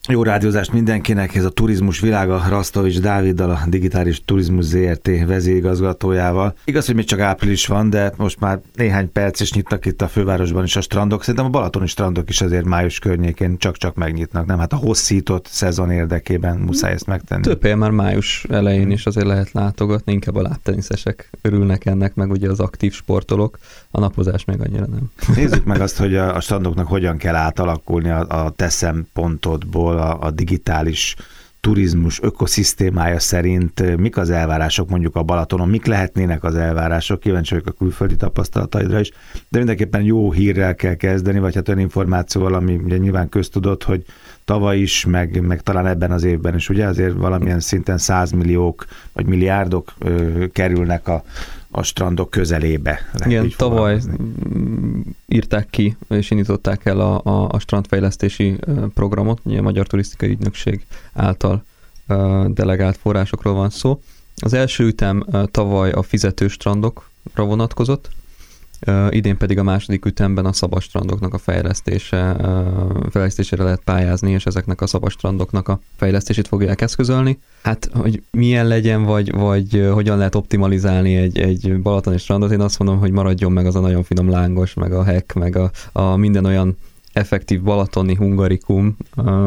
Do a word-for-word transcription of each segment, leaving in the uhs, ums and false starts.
Jó rádiózást mindenkinek, ez a turizmus világa Rasztovics Dáviddal, a Digitális Turizmus zé er té vezérigazgatójával. Igaz, hogy még csak április van, de most már néhány perc is nyitnak itt a fővárosban is a strandok. Szerintem a balatoni strandok is azért május környékén csak-csak megnyitnak, nem? Hát a hosszított szezon érdekében muszáj ezt megtenni. Több helyen már május elején is azért lehet látogatni, inkább a lábteniszesek örülnek ennek, meg ugye az aktív sportolók, a napozás még annyira nem. Nézzük meg azt, hogy a strandoknak hogyan kell átalakulni a, a te szempontodból, A, a digitális turizmus ökoszisztémája szerint. Mik az elvárások mondjuk a Balatonon, mik lehetnének az elvárások, kíváncsi vagyok a külföldi tapasztalataidra is, de mindenképpen jó hírrel kell kezdeni, vagy hát olyan információval, ami ugye nyilván köztudott, hogy tavaly is, meg, meg talán ebben az évben is, ugye azért valamilyen szinten százmilliók vagy milliárdok ö, kerülnek a a strandok közelébe. Igen, tavaly írták ki, és indították el a, a, a strandfejlesztési programot, ugye a Magyar Turisztikai Ügynökség által delegált forrásokról van szó. Az első ütem tavaly a fizető strandokra vonatkozott, idén pedig a második ütemben a szabad strandoknak a fejlesztése, fejlesztésére lehet pályázni, és ezeknek a szabad strandoknak a fejlesztését fogják eszközölni. Hát, hogy milyen legyen, vagy, vagy hogyan lehet optimalizálni egy, egy balatoni strandot, én azt mondom, hogy maradjon meg az a nagyon finom lángos, meg a hek, meg a, a minden olyan effektív balatoni hungarikum,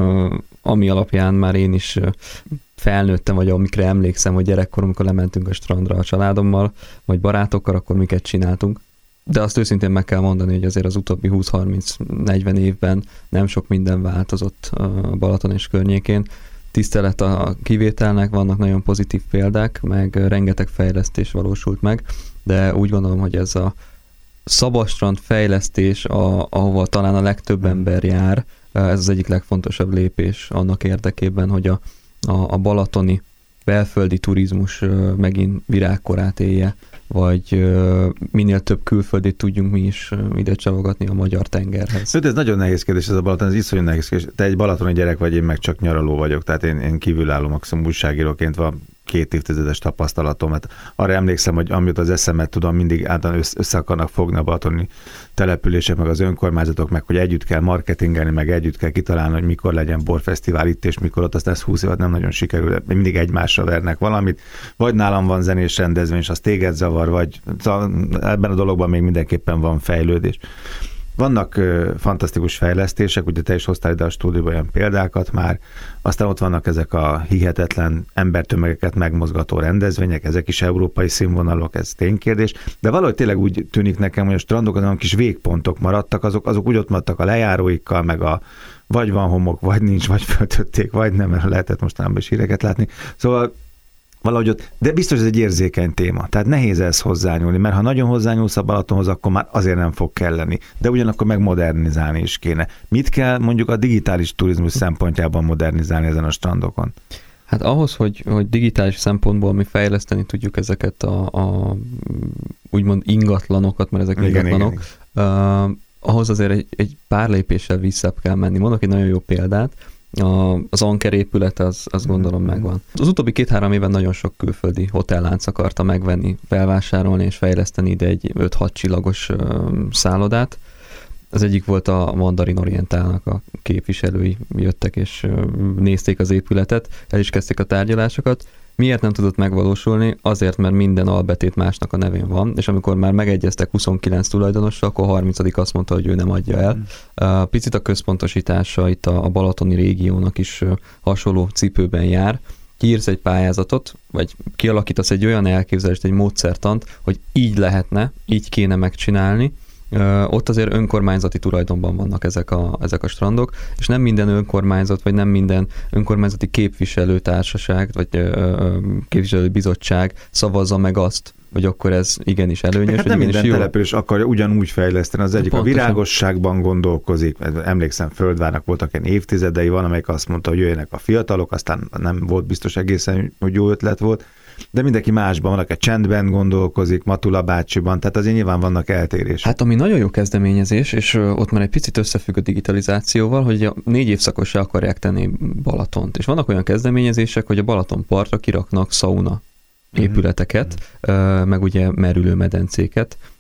ami alapján már én is felnőttem, vagy amikre emlékszem, hogy gyerekkorom, amikor lementünk a strandra a családommal, vagy barátokkal, akkor miket csináltunk. De azt őszintén meg kell mondani, hogy azért az utóbbi húsz-harminc-negyven évben nem sok minden változott a Balaton és környékén. Tisztelet a kivételnek, vannak nagyon pozitív példák, meg rengeteg fejlesztés valósult meg, de úgy gondolom, hogy ez a szabadstrand fejlesztés, a, ahova talán a legtöbb ember jár, ez az egyik legfontosabb lépés annak érdekében, hogy a, a, a balatoni belföldi turizmus megint virágkorát élje, vagy minél több külföldit tudjunk mi is ide csalogatni a magyar tengerhez. Ez nagyon nehéz kérdés, ez a Balaton, ez iszonyú nehéz kérdés. Te egy balatoni gyerek vagy, én meg csak nyaraló vagyok, tehát én, én kívülálló maximum újságíróként van két évtizedes tapasztalatom. Hát arra emlékszem, hogy amit az eszemet tudom, mindig általán össze akarnak fogni a balatoni települések, meg az önkormányzatok, meg hogy együtt kell marketingelni, meg együtt kell kitalálni, hogy mikor legyen borfesztivál itt, és mikor ott, aztán ez húsz évet nem nagyon sikerül, mindig egymásra vernek valamit. Vagy nálam van zenés rendezvény, és az téged zavar, vagy ebben a dologban még mindenképpen van fejlődés. Vannak ö, fantasztikus fejlesztések, ugye te is hoztál ide a stúdióban olyan példákat már, aztán ott vannak ezek a hihetetlen embertömegeket megmozgató rendezvények, ezek is európai színvonalok, ez ténykérdés, de valahogy tényleg úgy tűnik nekem, hogy a strandokon olyan kis végpontok maradtak, azok, azok úgy ott maradtak a lejáróikkal, meg a vagy van homok, vagy nincs, vagy föltötték, vagy nem, mert lehetett mostanában is híreket látni. Szóval valahogy ott, de biztos ez egy érzékeny téma, tehát nehéz ez hozzányúlni, mert ha nagyon hozzányúlsz a Balatonhoz, akkor már azért nem fog kelleni, de ugyanakkor meg modernizálni is kéne. Mit kell mondjuk a digitális turizmus szempontjában modernizálni ezen a strandokon? Hát ahhoz, hogy, hogy digitális szempontból mi fejleszteni tudjuk ezeket a, a úgymond ingatlanokat, mert ezek igen, ingatlanok, igen, igen. Uh, ahhoz azért egy, egy pár lépéssel visszább kell menni. Mondok egy nagyon jó példát, A, az Anker épület, az, azt gondolom megvan. Az utóbbi két-három évben nagyon sok külföldi hotellánc akarta megvenni, felvásárolni és fejleszteni ide egy öt-hat csillagos ö, szállodát. Az egyik volt a Mandarin Orientálnak a képviselői, jöttek és ö, nézték az épületet, el is kezdték a tárgyalásokat. Miért nem tudott megvalósulni? Azért, mert minden albetét másnak a nevén van, és amikor már megegyeztek huszonkilenc tulajdonossal, akkor harmincadik azt mondta, hogy ő nem adja el. Picit a központosítása itt a balatoni régiónak is hasonló cipőben jár. Kiírsz egy pályázatot, vagy kialakítasz egy olyan elképzelést, egy módszertant, hogy így lehetne, így kéne megcsinálni. Uh, ott azért önkormányzati tulajdonban vannak ezek a, ezek a strandok, és nem minden önkormányzat, vagy nem minden önkormányzati képviselőtársaság, vagy uh, képviselőbizottság szavazza meg azt, hogy akkor ez igenis előnyös. Hát nem minden település akarja ugyanúgy fejleszteni. Az egyik pontosan a virágosságban gondolkozik. Emlékszem, Földvárnak voltak ilyen évtizedei, van, amelyik azt mondta, hogy jöjjenek a fiatalok, aztán nem volt biztos egészen, hogy jó ötlet volt. De mindenki másban, van, aki csendben gondolkozik, Matula bácsiban, tehát azért nyilván vannak eltérések. Hát ami nagyon jó kezdeményezés, és ott már egy picit összefügg a digitalizációval, hogy a négy évszakosra akarják tenni Balatont. És vannak olyan kezdeményezések, hogy a Balaton partra kiraknak szauna épületeket, mm-hmm. meg ugye merülőmedencéket,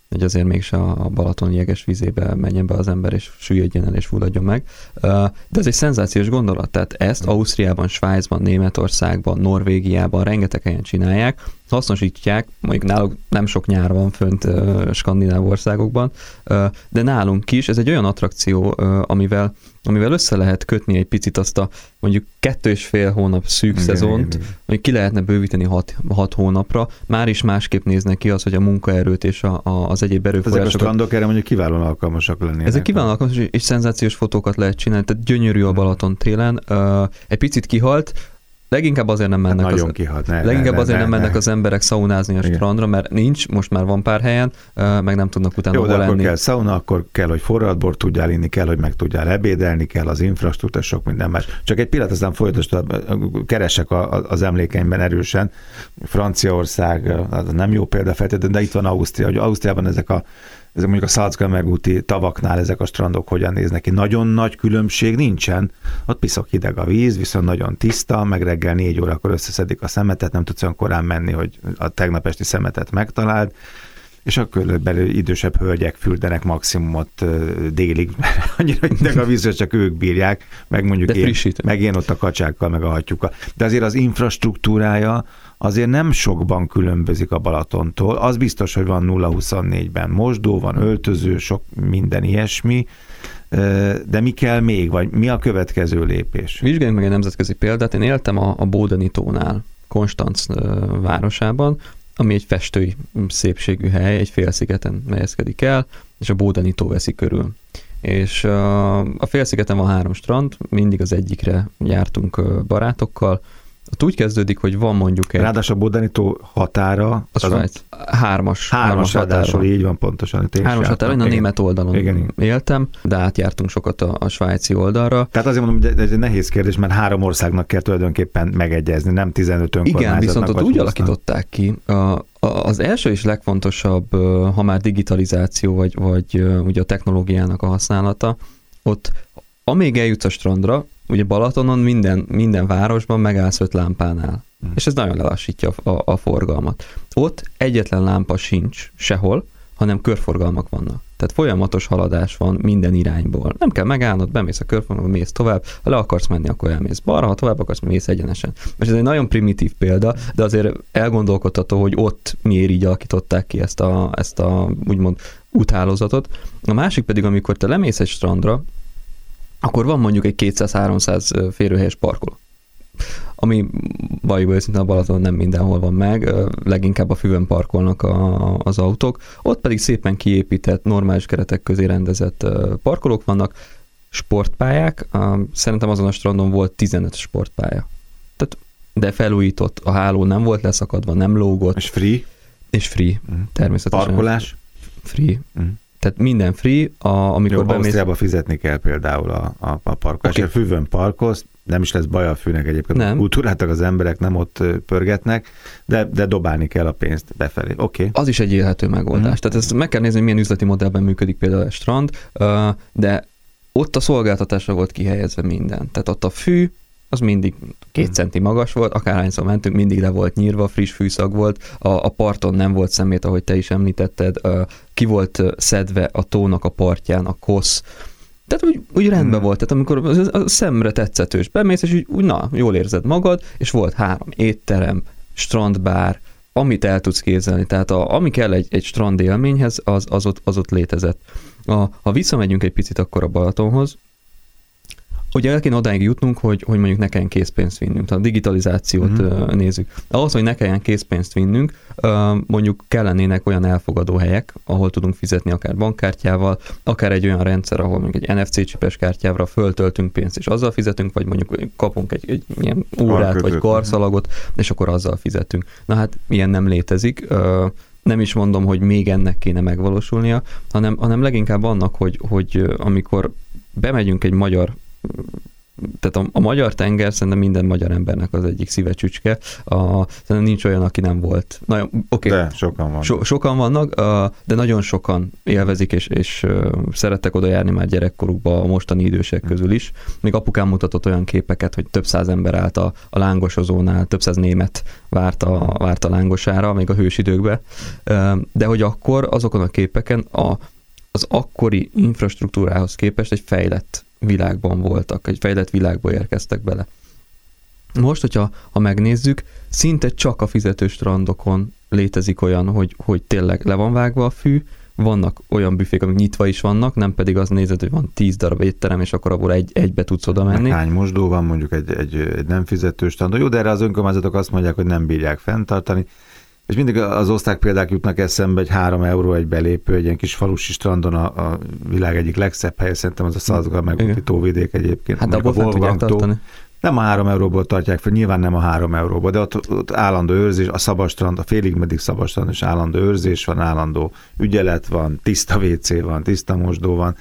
hogy azért mégse a Balaton jeges vízébe menjen be az ember, és süllyedjen el, és fulladjon meg. De ez egy szenzációs gondolat, tehát ezt Ausztriában, Svájcban, Németországban, Norvégiában rengeteg helyen csinálják, hasznosítják, mondjuk náluk nem sok nyár van fönt skandináv országokban, de nálunk is ez egy olyan attrakció, amivel, amivel össze lehet kötni egy picit azt a mondjuk kettő és fél hónap szűk igen, szezont, igen, hogy ki lehetne bővíteni hat, hat hónapra, már is másképp néznek ki az, hogy a munkaerőt és a, a, az egyéb erőforrásokat. Ezek a strandok erre mondjuk kiválóan alkalmasak lennének. Ezek kiválóan alkalmasak, és szenzációs fotókat lehet csinálni, tehát gyönyörű a Balaton télen. Egy picit kihalt, leginkább azért nem mennek, hát az, kihalt, ne, leginkább ne, azért ne, nem mennek ne. az emberek szaunázni a igen. strandra, mert nincs, most már van pár helyen, meg nem tudnak utána jó, de lenni. akkor kell szauna, akkor kell, hogy forradbort tudjál inni, kell, hogy meg tudjál ebédelni, kell az infrastruktúra, sok minden más. Csak egy pillanat, aztán folytatás, keresek az emlékeimben erősen. Franciaország, az nem jó példa feltétlenül, de itt van Ausztria, hogy Ausztriában ezek a ezek mondjuk a Salzkammergúti tavaknál ezek a strandok hogyan néznek ki. Nagyon nagy különbség nincsen. Ott piszok hideg a víz, viszont nagyon tiszta, meg reggel négy órakor összeszedik a szemetet, nem tudsz olyan korán menni, hogy a tegnap esti szemetet megtaláld, és a körülbelül idősebb hölgyek fürdenek maximumot délig, mert annyira hideg a víz, hogy csak ők bírják, meg mondjuk én, meg én ott a kacsákkal, meg a hattyúkkal. De azért az infrastruktúrája azért nem sokban különbözik a Balatontól. Az biztos, hogy van nulla huszonnégyben mosdó, van öltöző, sok minden ilyesmi, de mi kell még, vagy mi a következő lépés? Vizsgáljunk meg egy nemzetközi példát. Én éltem a, a Bódeni tónál, Konstanz városában, ami egy festői szépségű hely, egy félszigeten helyezkedik el, és a Bódeni tó veszi körül. És a félszigeten van három strand, mindig az egyikre jártunk barátokkal. Ott úgy kezdődik, hogy van mondjuk egy... Ráadásul a Bódeni tó határa... A Svájc. Hármas. Hármas határól, így van pontosan. Hármas határon, a német oldalon igen. éltem, de átjártunk sokat a, a svájci oldalra. Tehát azért mondom, hogy ez egy nehéz kérdés, mert három országnak kell tulajdonképpen megegyezni, nem tizenöt önkormányzatnak. Igen, viszont ott úgy húsznak. Alakították ki. A, az első és legfontosabb, ha már digitalizáció, vagy, vagy ugye a technológiának a használata, ott amíg eljutsz a strandra, ugye Balatonon minden, minden városban megállsz öt lámpánál, hmm. és ez nagyon lelassítja a, a, a forgalmat. Ott egyetlen lámpa sincs sehol, hanem körforgalmak vannak. Tehát folyamatos haladás van minden irányból. Nem kell megállnod, bemész a körforgalomba, mész tovább, ha le akarsz menni, akkor elmész balra, ha tovább akarsz, mész egyenesen. Most ez egy nagyon primitív példa, de azért elgondolkodható, hogy ott miért így alakították ki ezt a, ezt a úgymond úthálózatot. A másik pedig, amikor te lemész egy strandra, akkor van mondjuk egy kétszáz-háromszáz férőhelyes parkoló, ami valljuk őszintén a Balaton nem mindenhol van meg, leginkább a füvön parkolnak a, az autók, ott pedig szépen kiépített, normális keretek közé rendezett parkolók vannak, sportpályák, szerintem azon a strandon volt tizenöt sportpálya. Tehát, de felújított, a háló nem volt leszakadva, nem lógott. És free? És free, mm. természetesen. Parkolás? Free. Mm. Tehát minden free, a, amikor jó, bemész... Ausztriában fizetni kell például a, a, a parkolás. Okay. A füvön parkolsz, nem is lesz baj a fűnek egyébként. Nem. A kultúráltak az emberek nem ott pörgetnek, de, de dobálni kell a pénzt befelé. Oké. Okay. Az is egy élhető megoldás. Mm. Tehát ezt meg kell nézni, hogy milyen üzleti modellben működik például a strand, de ott a szolgáltatásra volt kihelyezve minden. Tehát ott a fű, az mindig két hmm. centi magas volt, akárhányszor mentünk, mindig le volt nyírva, friss fűszag volt, a, a parton nem volt szemét, ahogy te is említetted, ki volt szedve a tónak a partján a kosz. Tehát úgy, úgy rendben hmm. volt, tehát amikor a szemre tetszetős, bemész, és úgy, úgy na, jól érzed magad, és volt három étterem, strandbár, amit el tudsz képzelni, tehát a, ami kell egy, egy strand élményhez, az, az, ott, az ott létezett. A, ha visszamegyünk egy picit akkor a Balatonhoz, ugye el kéne odáig jutnunk, hogy, hogy mondjuk ne kelljen készpénzt vinnünk, tehát a digitalizációt mm-hmm. nézzük. Ahhoz, hogy ne kelljen készpénzt vinnünk, mondjuk kellenének olyan elfogadó helyek, ahol tudunk fizetni akár bankkártyával, akár egy olyan rendszer, ahol mondjuk egy en ef cé csipes kártyával föltöltünk pénzt, és azzal fizetünk, vagy mondjuk kapunk egy, egy ilyen órát, vagy karszalagot, és akkor azzal fizetünk. Na hát ilyen nem létezik. Nem is mondom, hogy még ennek kéne megvalósulnia, hanem, hanem leginkább annak, hogy, hogy amikor bemegyünk egy magyar tehát a, a magyar tenger szerintem minden magyar embernek az egyik szívecsücske. A, szerintem nincs olyan, aki nem volt. Nagyon, okay, de sokan vannak. So, sokan vannak, de nagyon sokan élvezik, és, és szerettek oda járni már gyerekkorukba a mostani idősek közül is. Még apukám mutatott olyan képeket, hogy több száz ember állt a, a lángosozónál, több száz német várt a, várt a lángosára, még a hős időkben. De hogy akkor azokon a képeken a, az akkori infrastruktúrához képest egy fejlett világban voltak, egy fejlett világba érkeztek bele. Most, hogyha ha megnézzük, szinte csak a fizetős strandokon létezik olyan, hogy, hogy tényleg le van vágva a fű, vannak olyan büfék, amik nyitva is vannak, nem pedig az nézed, hogy van tíz darab étterem, és akkor abból egy, egybe tudsz oda menni. Hány mosdó van, mondjuk egy, egy, egy nem fizetős strand. Jó, de erre az önkormányzatok azt mondják, hogy nem bírják fenntartani. És mindig az osztrák példák jutnak eszembe, hogy három euró egy belépő, egy ilyen kis falusi strandon a, a világ egyik legszebb helye, szerintem az a Salzgitter megúti tóvidék egyébként. Hát abból fent tudják tartani. Nem a három euróból tartják fel, nyilván nem a három euróból, de ott, ott állandó őrzés, a szabadstrand, a félig meddig szabadstrand, és állandó őrzés van, állandó ügyelet van, tiszta vé cé van, tiszta mosdó van.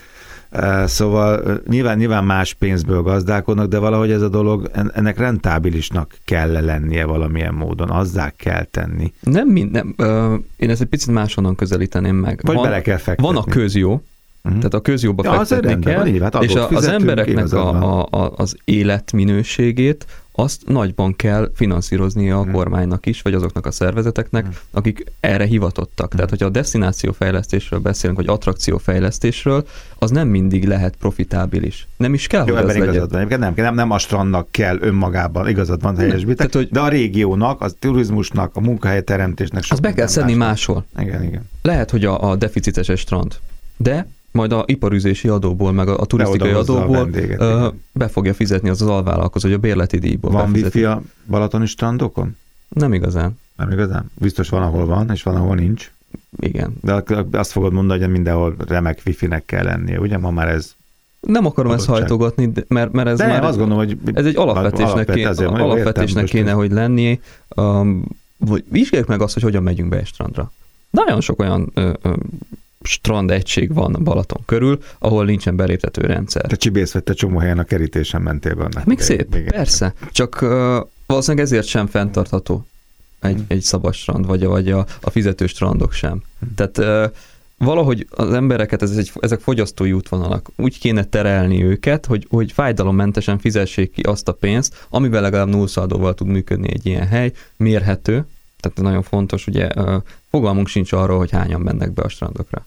Szóval nyilván, nyilván más pénzből gazdálkodnak, de valahogy ez a dolog, ennek rentábilisnak kell lennie valamilyen módon, azzá kell tenni. Nem minden, én ezt egy picit máshonnan közelíteném meg. Vagy van, bele kell fektetni. Van a közjó, uh-huh. tehát a közjóba ja, fektetni kell, van, hát és a, az embereknek a, a, az életminőségét azt nagyban kell finanszíroznia a kormánynak is, vagy azoknak a szervezeteknek, hmm. akik erre hivatottak. Hmm. Tehát, hogyha a desztinációfejlesztésről beszélünk, vagy attrakciófejlesztésről, az nem mindig lehet profitábilis. Nem is kell, jó, hogy az legyen. Igazad van. Nem, nem, nem a strandnak kell önmagában, igazad van, helyesbitek, hogy de a régiónak, a turizmusnak, a munkahelyteremtésnek azt be kell szedni máshol. Igen, igen. Lehet, hogy a, a deficites egy strand, de majd a iparüzési adóból, meg a, a turisztikai adóból a vendéget, uh, be fogja fizetni az az alvállalkozó, hogy a bérleti díjból. Van wifi a balatoni strandokon? Nem igazán. Nem igazán? Biztos van, ahol van, és van, ahol nincs. Igen. De azt fogod mondani, hogy mindenhol remek wifi-nek kell lennie, ugye? Ma már ez nem akarom ezt hajtogatni, mert, mert ez de már azt gondolom, hogy ez egy alapvetésnek, alapvet, kéne, azért, alapvetésnek értem, kéne, hogy lennie. Um, vagy vizsgáljuk meg azt, hogy hogyan megyünk be egy strandra. Nagyon sok olyan ö, ö, strand egység van Balaton körül, ahol nincsen beléptető rendszer. Te csibész vagy, te csomó helyen a kerítésen mentél be. Hát még szép, még persze. Csak uh, valószínűleg ezért sem fenntartható egy, hmm. egy szabad strand, vagy, vagy a, a fizető strandok sem. Hmm. Tehát uh, valahogy az embereket, ez egy, ezek fogyasztói útvonalak, úgy kéne terelni őket, hogy, hogy fájdalommentesen fizessék ki azt a pénzt, amivel legalább nullszaldóval tud működni egy ilyen hely, mérhető, tehát nagyon fontos, ugye fogalmunk sincs arról, hogy hányan mennek be a strandokra.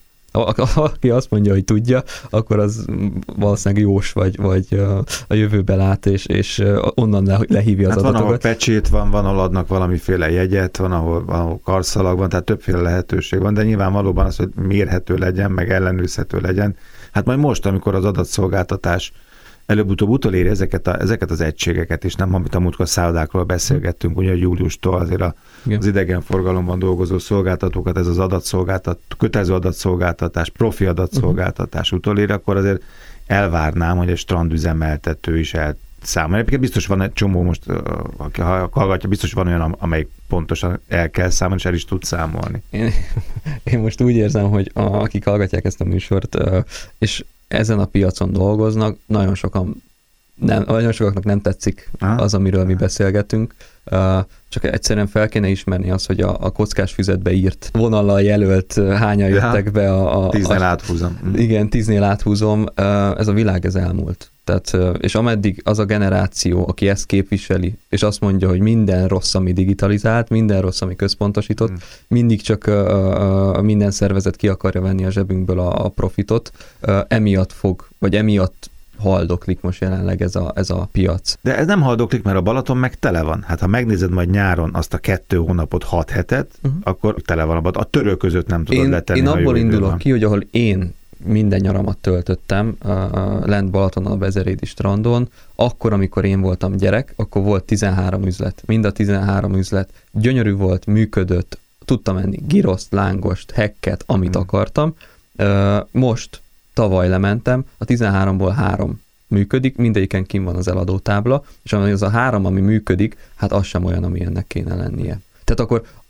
Aki azt mondja, hogy tudja, akkor az valószínűleg jós, vagy, vagy a jövőbe lát, és, és onnan le, lehívja az hát adatokat. Van, ahol pecsét van, van, ahol adnak valamiféle jegyet, van, ahol, van, ahol karszalag van, tehát többféle lehetőség van, de nyilván valóban az, hogy mérhető legyen, meg ellenőrizhető legyen. Hát majd most, amikor az adatszolgáltatás előbb-utóbb utoléri ezeket, a, ezeket az egységeket, és nem amit a múltkor szállodákról beszélgettünk, ugye júliustól azért a, az idegenforgalomban dolgozó szolgáltatókat, ez az adatszolgáltat, kötelező adatszolgáltatás, profi adatszolgáltatás utoléri, akkor azért elvárnám, hogy egy strandüzemeltető is elszámol. Egyébként biztos van egy csomó most, ha hallgatja, biztos van olyan, amelyik pontosan el kell számolni, és el is tud számolni. Én, én most úgy érzem, hogy a, akik hallgatják ezt a műsort, és ezen a piacon dolgoznak, nagyon sokan nem, nagyon sokaknak nem tetszik az, amiről mi beszélgetünk, csak egyszerűen fel kéne ismerni azt, hogy a, a kockás füzetbe írt vonallal jelölt hányan jöttek be a... a tíznél áthúzom. Igen, tíznél áthúzom, ez a világ ez elmúlt. Tehát, és ameddig az a generáció, aki ezt képviseli, és azt mondja, hogy minden rossz, ami digitalizált, minden rossz, ami központosított, hmm. mindig csak uh, uh, minden szervezet ki akarja venni a zsebünkből a, a profitot, uh, emiatt fog, vagy emiatt haldoklik most jelenleg ez a, ez a piac. De ez nem haldoklik, mert a Balaton meg tele van. Hát ha megnézed majd nyáron azt a kettő hónapot, hat hetet, uh-huh. akkor tele van a Balaton. A török között nem tudod én, letenni. Én abból indulok ki, hogy ahol én minden nyaramat töltöttem uh, lent Balatonon a Bezerédi strandon, akkor, amikor én voltam gyerek, akkor volt tizenhárom üzlet. Mind a tizenhárom üzlet gyönyörű volt, működött, tudtam enni giroszt, lángost, hekket, amit hmm. akartam. Uh, most tavaly lementem, a tizenháromból három működik, mindegyiken kint van az eladótábla, és az a három, ami működik, hát az sem olyan, ami ennek kéne lennie. Tehát akkor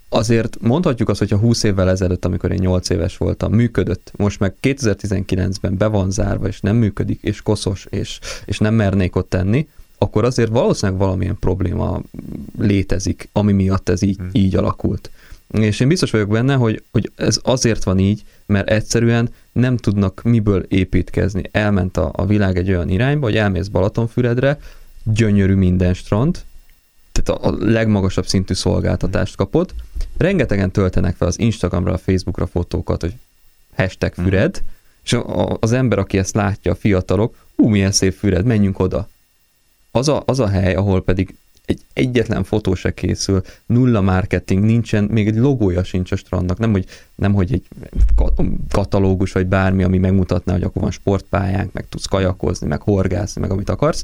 azért mondhatjuk azt, hogy ha húsz évvel ezelőtt, amikor én nyolc éves voltam, működött, most meg kétezer-tizenkilencben be van zárva, és nem működik, és koszos, és, és nem mernék ott tenni, akkor azért valószínűleg valamilyen probléma létezik, ami miatt ez így, így alakult. És én biztos vagyok benne, hogy, hogy ez azért van így, mert egyszerűen nem tudnak miből építkezni. Elment a, a világ egy olyan irányba, hogy elmész Balatonfüredre, gyönyörű minden strand, tehát a, a legmagasabb szintű szolgáltatást kapod. Rengetegen töltenek fel az Instagramra, a Facebookra fotókat, hogy hashtag Füred, mm. és a, az ember, aki ezt látja, a fiatalok, hú, milyen szép Füred, menjünk oda. Az a, az a hely, ahol pedig egy egyetlen fotó se készül, nulla marketing, nincsen, még egy logója sincs a strandnak, nem hogy, nem, hogy egy katalógus, vagy bármi, ami megmutatná, hogy akkor van sportpályánk, meg tudsz kajakozni, meg horgászni, meg amit akarsz,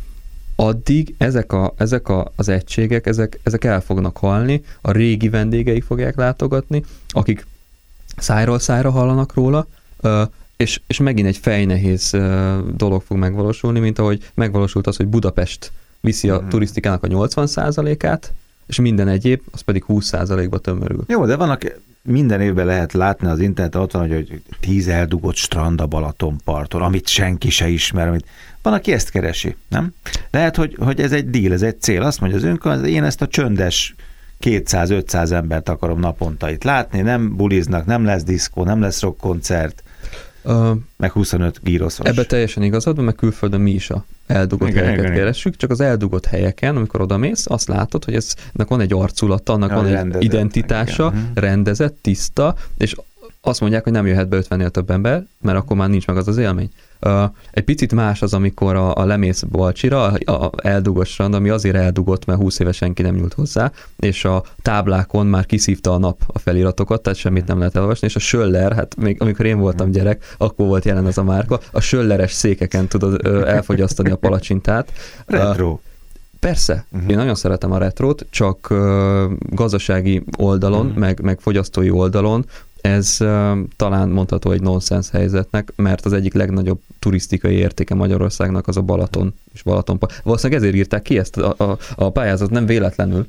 addig ezek, a, ezek a, az egységek, ezek, ezek el fognak halni, a régi vendégeik fogják látogatni, akik szájról szájra hallanak róla, és, és megint egy fejnehéz dolog fog megvalósulni, mint ahogy megvalósult az, hogy Budapest viszi a turisztikának a nyolcvan százalékát, és minden egyéb, az pedig húsz százalékba tömörül. Jó, de vannak, minden évben lehet látni az interneten, ott van, hogy tíz eldugott strand a Balatonparton, amit senki se ismer, amit van, aki ezt keresi, nem? Lehet, hogy, hogy ez egy deal, ez egy cél. Azt mondja az önkormányzat, én ezt a csöndes kétszáz-ötszáz embert akarom naponta itt látni, nem buliznak, nem lesz diszkó, nem lesz rockkoncert, uh, meg huszonöt gíroszos. Ebbe teljesen igazad van, meg külföldön mi is a eldugott igen, helyeket igen, keressük, csak az eldugott helyeken, amikor odamész, azt látod, hogy ennek van egy arculata, annak ja, van egy identitása, igen. rendezett, tiszta, és azt mondják, hogy nem jöhet be ötvennél több ember, mert akkor már nincs meg az az élmény. Uh, egy picit más az, amikor a, a lemész Balcsira, a, a eldugott strand, ami azért eldugott, mert húsz éve senki nem nyúlt hozzá, és a táblákon már kiszívta a nap a feliratokat, tehát semmit nem lehet elolvasni, és a Schöller, hát még amikor én voltam gyerek, akkor volt jelen ez a márka, a Schölleres székeken tudod uh, elfogyasztani a palacsintát. Retro. Uh, Persze, uh-huh. én nagyon szeretem a retrót, csak uh, gazdasági oldalon, uh-huh. meg, meg fogyasztói oldalon ez uh, talán mondható egy nonsens helyzetnek, mert az egyik legnagyobb turisztikai értéke Magyarországnak az a Balaton és Balatonpark. Valószínűleg ezért írták ki ezt a, a, a pályázat, nem véletlenül,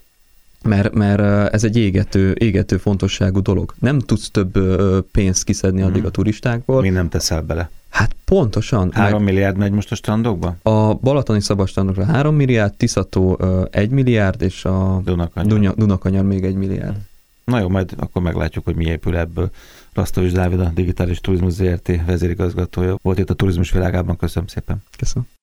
mert, mert ez egy égető, égető fontosságú dolog. Nem tudsz több uh, pénzt kiszedni addig hmm. a turistákból. Mi nem teszel bele? Hát pontosan. Három meg milliárd megy most a strandokba? A balatoni szabadstrandokra három milliárd, Tiszató uh, egy milliárd, és a Dunakanyar, Dunya, Dunakanyar még egy milliárd. Hmm. Na jó, majd akkor meglátjuk, hogy mi épül ebből. Rasztovics Dávid, a Digitális Turizmus zé er té vezérigazgatója volt itt a turizmus világában. Köszönöm szépen. Köszönöm.